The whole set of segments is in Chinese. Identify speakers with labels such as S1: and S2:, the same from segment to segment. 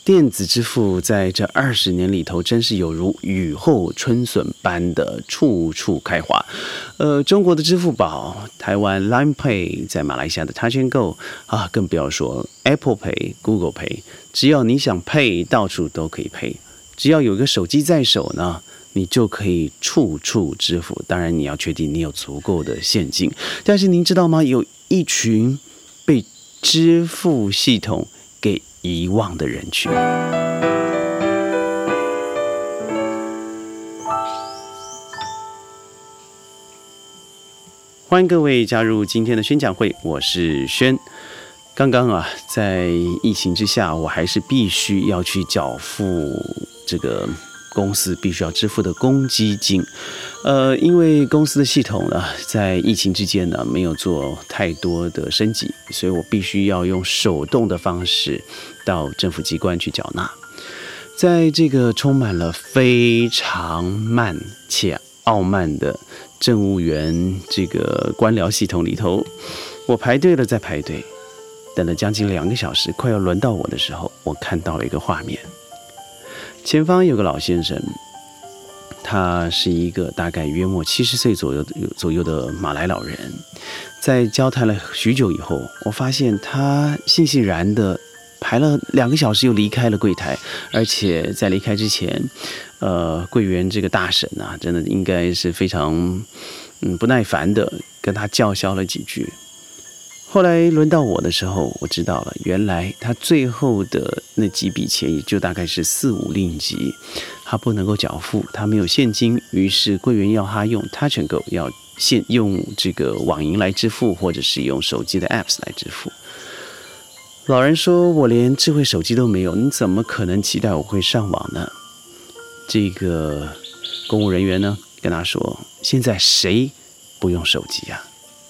S1: 电子支付在这20年里头，真是有如雨后春笋般的处处开花。中国的支付宝，台湾 Line Pay， 在马来西亚的 Touch and Go 啊，更不要说 Apple Pay、Google Pay， 只要你想 Pay， 到处都可以 Pay。只要有一个手机在手呢，你就可以处处支付。当然，你要确定你有足够的现金。但是您知道吗？有一群被支付系统给遗忘的人群。欢迎各位加入今天的宣讲会，我是轩。刚刚在疫情之下，我还是必须要去缴付这个公司必须要支付的公积金。因为公司的系统呢，在疫情之间呢，没有做太多的升级，所以我必须要用手动的方式到政府机关去缴纳。在这个充满了非常慢且傲慢的政务员这个官僚系统里头，我排队了再排队，等了将近2个小时，快要轮到我的时候，我看到了一个画面。前方有个老先生，他是一个大概约莫70岁左右的马来老人。在交谈了许久以后，我发现他悻悻然的排了2个小时，又离开了柜台，而且在离开之前，柜员这个大婶啊，真的应该是非常不耐烦的跟他叫嚣了几句。后来轮到我的时候，我知道了，原来他最后的那几笔钱也就大概是4、5令吉，他不能够缴付，他没有现金，于是柜员要他用 Touch and Go， 要用这个网银来支付，或者是用手机的 Apps 来支付。老人说：“我连智慧手机都没有，你怎么可能期待我会上网呢？”这个公务人员呢，跟他说：“现在谁不用手机啊？”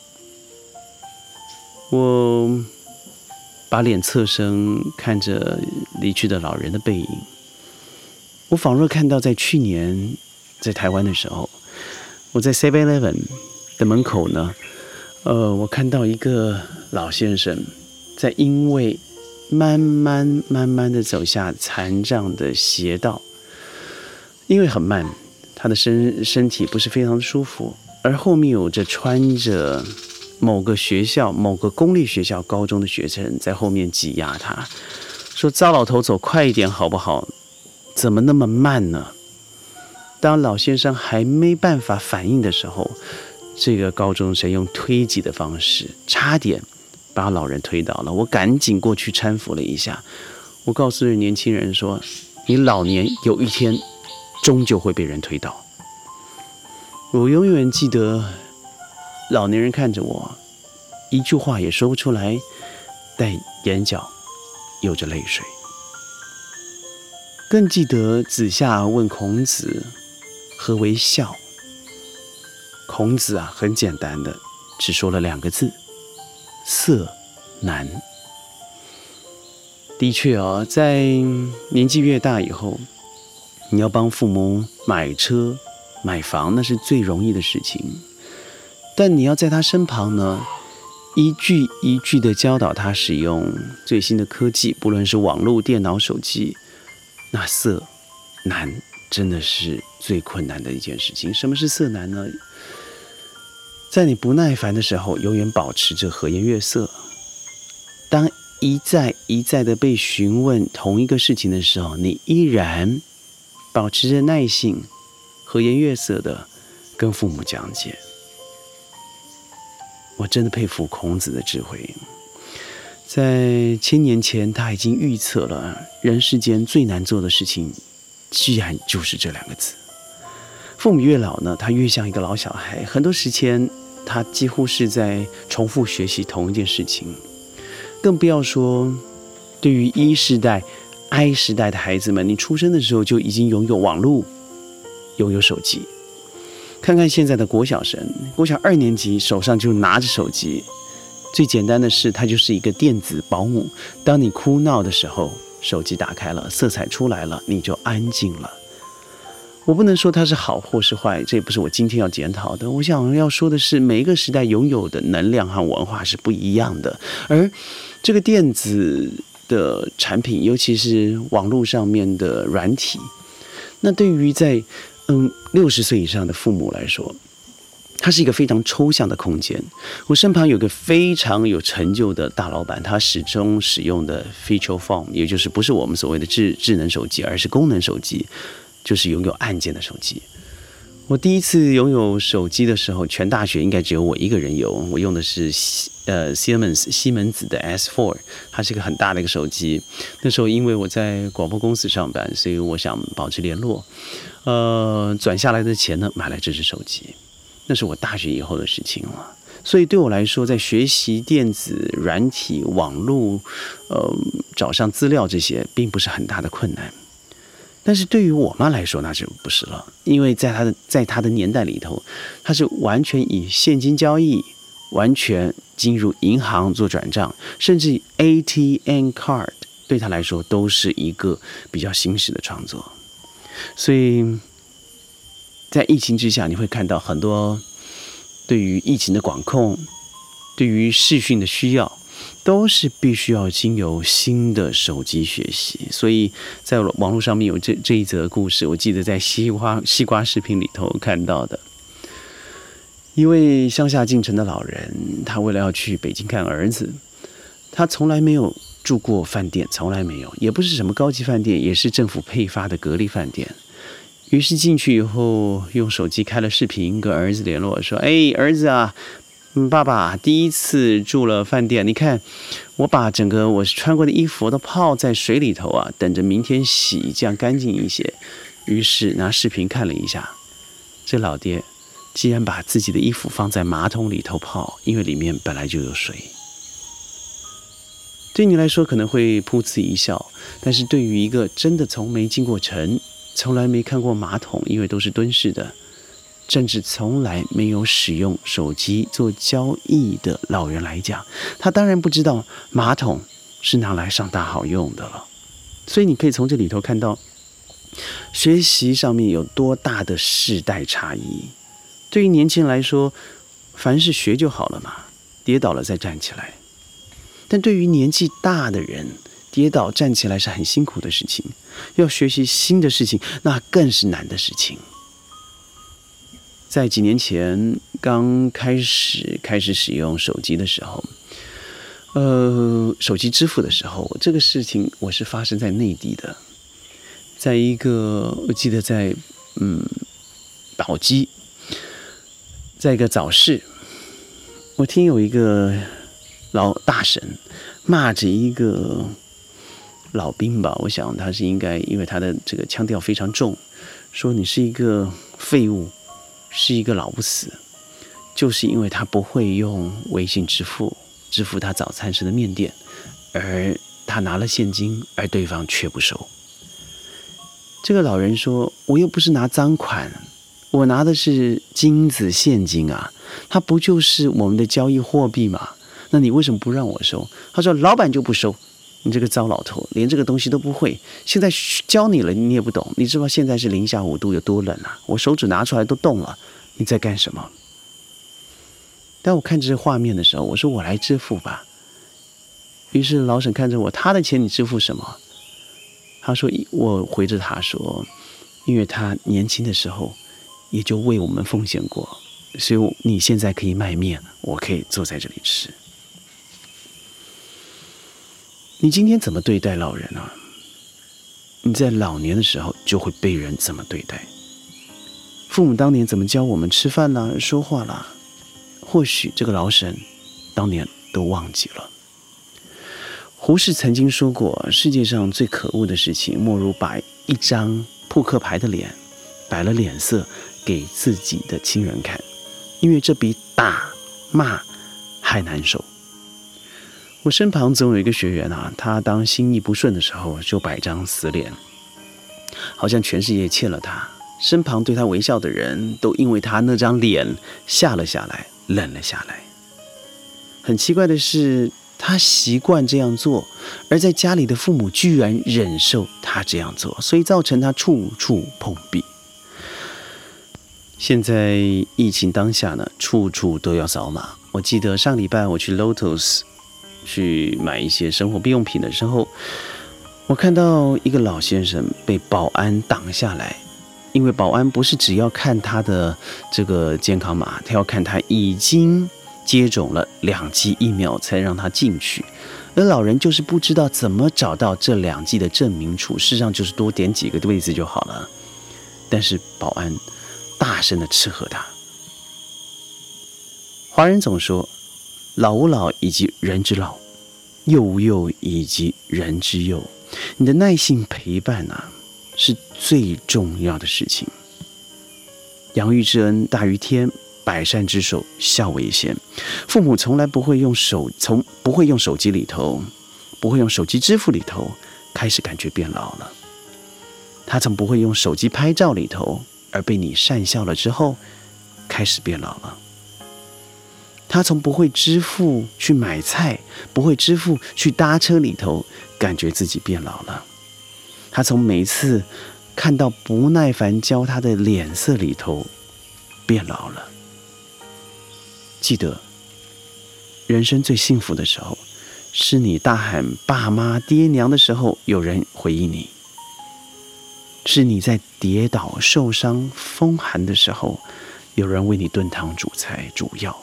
S1: 我把脸侧身看着离去的老人的背影，我仿若看到在去年在台湾的时候，我在 7-Eleven 的门口呢，我看到一个老先生在因为慢慢的走下残障的斜道，因为很慢，他的身体不是非常舒服，而后面有着穿着某个学校、某个公立学校高中的学生在后面挤压他，说：“糟老头，走快一点好不好？怎么那么慢呢？”当老先生还没办法反应的时候，这个高中生用推挤的方式，差点把老人推倒了。我赶紧过去搀扶了一下。我告诉年轻人说：“你老年有一天终究会被人推倒。”我永远记得老年人看着我，一句话也说不出来，但眼角有着泪水。更记得子夏问孔子何为孝，孔子很简单的只说了2个字：色难。的确在年纪越大以后，你要帮父母买车买房，那是最容易的事情，但你要在他身旁呢，一句一句的教导他使用最新的科技，不论是网络、电脑、手机，那色难真的是最困难的一件事情。什么是色难呢？在你不耐烦的时候，永远保持着和颜悦色。当一再的被询问同一个事情的时候，你依然保持着耐性，和颜悦色的跟父母讲解。我真的佩服孔子的智慧，在1000年前他已经预测了人世间最难做的事情，居然就是这2个字。父母越老呢，他越像一个老小孩，很多时间他几乎是在重复学习同一件事情。更不要说对于E世代、I世代的孩子们，你出生的时候就已经拥有网络，拥有手机。看看现在的国小生，国小2年级手上就拿着手机，最简单的是它就是一个电子保姆。当你哭闹的时候，手机打开了，色彩出来了，你就安静了。我不能说它是好或是坏，这也不是我今天要检讨的。我想要说的是，每一个时代拥有的能量和文化是不一样的，而这个电子的产品，尤其是网络上面的软体，那对于在60岁以上的父母来说，它是一个非常抽象的空间。我身旁有个非常有成就的大老板，他始终使用的 feature phone， 也就是不是我们所谓的智能手机，而是功能手机，就是拥有按键的手机。我第一次拥有手机的时候，全大学应该只有我一个人有。我用的是西门子的 S4， 它是一个很大的一个手机。那时候因为我在广播公司上班，所以我想保持联络。转下来的钱呢，买来这只手机。那是我大学以后的事情了。所以对我来说，在学习电子软体、网络，找上资料这些，并不是很大的困难。但是对于我妈来说，那就不是了，因为在她的年代里头，她是完全以现金交易，完全进入银行做转账，甚至 ATM card 对她来说都是一个比较新式的创作。所以在疫情之下，你会看到很多对于疫情的管控，对于视讯的需要，都是必须要经由新的手机学习。所以在网络上面有这一则故事，我记得在西瓜视频里头看到的。一位乡下进城的老人，他为了要去北京看儿子，他从来没有住过饭店，从来没有，也不是什么高级饭店，也是政府配发的格力饭店。于是进去以后，用手机开了视频，跟儿子联络说：“哎，儿子啊，爸爸第一次住了饭店，你看我把整个我穿过的衣服都泡在水里头啊，等着明天洗，这样干净一些。”于是拿视频看了一下，这老爹竟然把自己的衣服放在马桶里头泡，因为里面本来就有水。对你来说可能会噗嗤一笑，但是对于一个真的从没进过城，从来没看过马桶，因为都是蹲式的，甚至从来没有使用手机做交易的老人来讲，他当然不知道马桶是拿来上大号用的了。所以你可以从这里头看到学习上面有多大的世代差异。对于年轻人来说，凡事学就好了嘛，跌倒了再站起来。但对于年纪大的人，跌倒站起来是很辛苦的事情，要学习新的事情，那更是难的事情。在几年前刚开始使用手机的时候，手机支付的时候，这个事情我是发生在内地的，在一个我记得在宝鸡，在一个早市，我听有一个老大神骂着一个老兵吧，我想他是应该，因为他的这个腔调非常重，说你是一个废物，是一个老不死，就是因为他不会用微信支付他早餐时的面店，而他拿了现金，而对方却不收。这个老人说，我又不是拿赃款，我拿的是金子现金啊，它不就是我们的交易货币吗？那你为什么不让我收？他说老板就不收，你这个糟老头连这个东西都不会，现在教你了你也不懂，你知道现在是零下5度有多冷啊，我手指拿出来都冻了，你在干什么？当我看这画面的时候，我说我来支付吧。于是老沈看着我，他的钱你支付什么？他说，我回着他说，因为他年轻的时候也就为我们奉献过，所以你现在可以卖面，我可以坐在这里吃。你今天怎么对待老人啊？你在老年的时候就会被人怎么对待？父母当年怎么教我们吃饭啦、说话啦？或许这个老沈当年都忘记了。胡适曾经说过，世界上最可恶的事情，莫如把一张扑克牌的脸摆了脸色给自己的亲人看，因为这比打骂还难受。我身旁总有一个学员啊，他当心意不顺的时候就摆张死脸，好像全世界欠了他，身旁对他微笑的人都因为他那张脸下了下来，冷了下来。很奇怪的是，他习惯这样做，而在家里的父母居然忍受他这样做，所以造成他处处碰壁。现在疫情当下呢，处处都要扫码。我记得上礼拜我去 Lotus 去买一些生活必用品的时候，我看到一个老先生被保安挡下来，因为保安不是只要看他的这个健康码，他要看他已经接种了2剂疫苗才让他进去，而老人就是不知道怎么找到这2剂的证明处，事实上就是多点几个位置就好了。但是保安大声的斥喝他。华人总说，老吾老以及人之老，幼吾幼以及人之幼。你的耐心陪伴是最重要的事情。养育之恩大于天，百善之首孝为先。父母从来不会用手机里头，不会用手机支付里头开始感觉变老了。他从不会用手机拍照里头而被你讪笑了之后开始变老了。他从不会支付去买菜，不会支付去搭车里头感觉自己变老了。他从每一次看到不耐烦教他的脸色里头变老了。记得，人生最幸福的时候，是你大喊爸妈爹娘的时候，有人回应你；是你在跌倒受伤风寒的时候，有人为你炖汤煮菜煮药。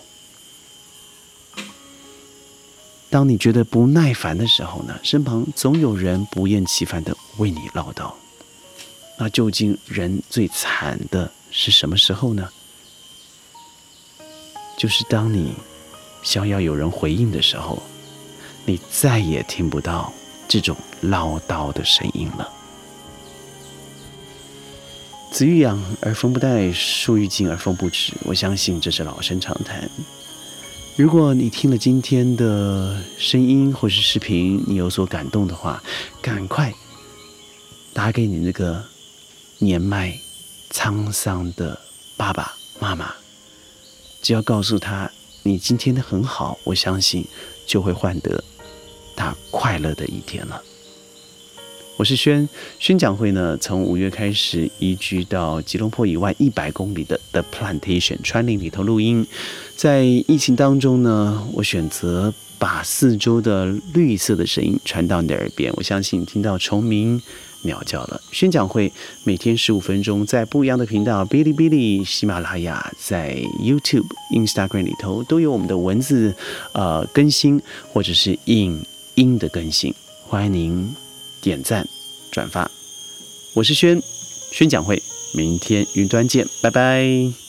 S1: 当你觉得不耐烦的时候呢，身旁总有人不厌其烦地为你唠叨。那究竟人最惨的是什么时候呢？就是当你想要有人回应的时候，你再也听不到这种唠叨的声音了。子欲养而风不待，树欲静而风不止。我相信这是老生常谈。如果你听了今天的声音或是视频，你有所感动的话，赶快打给你那个年迈沧桑的爸爸妈妈，只要告诉他你今天的很好，我相信就会换得他快乐的一天了。我是宣讲会呢，从5月开始移居到吉隆坡以外100公里的 The Plantation 川林里头录音。在疫情当中呢，我选择把4周的绿色的声音传到你的耳边，我相信你听到虫鸣鸟叫了。宣讲会每天15分钟，在不一样的频道，哔哩哔哩、喜马拉雅，在 YouTube、Instagram 里头都有我们的文字更新，或者是影音的更新，欢迎您点赞转发。我是宣讲会，明天云端见，拜拜。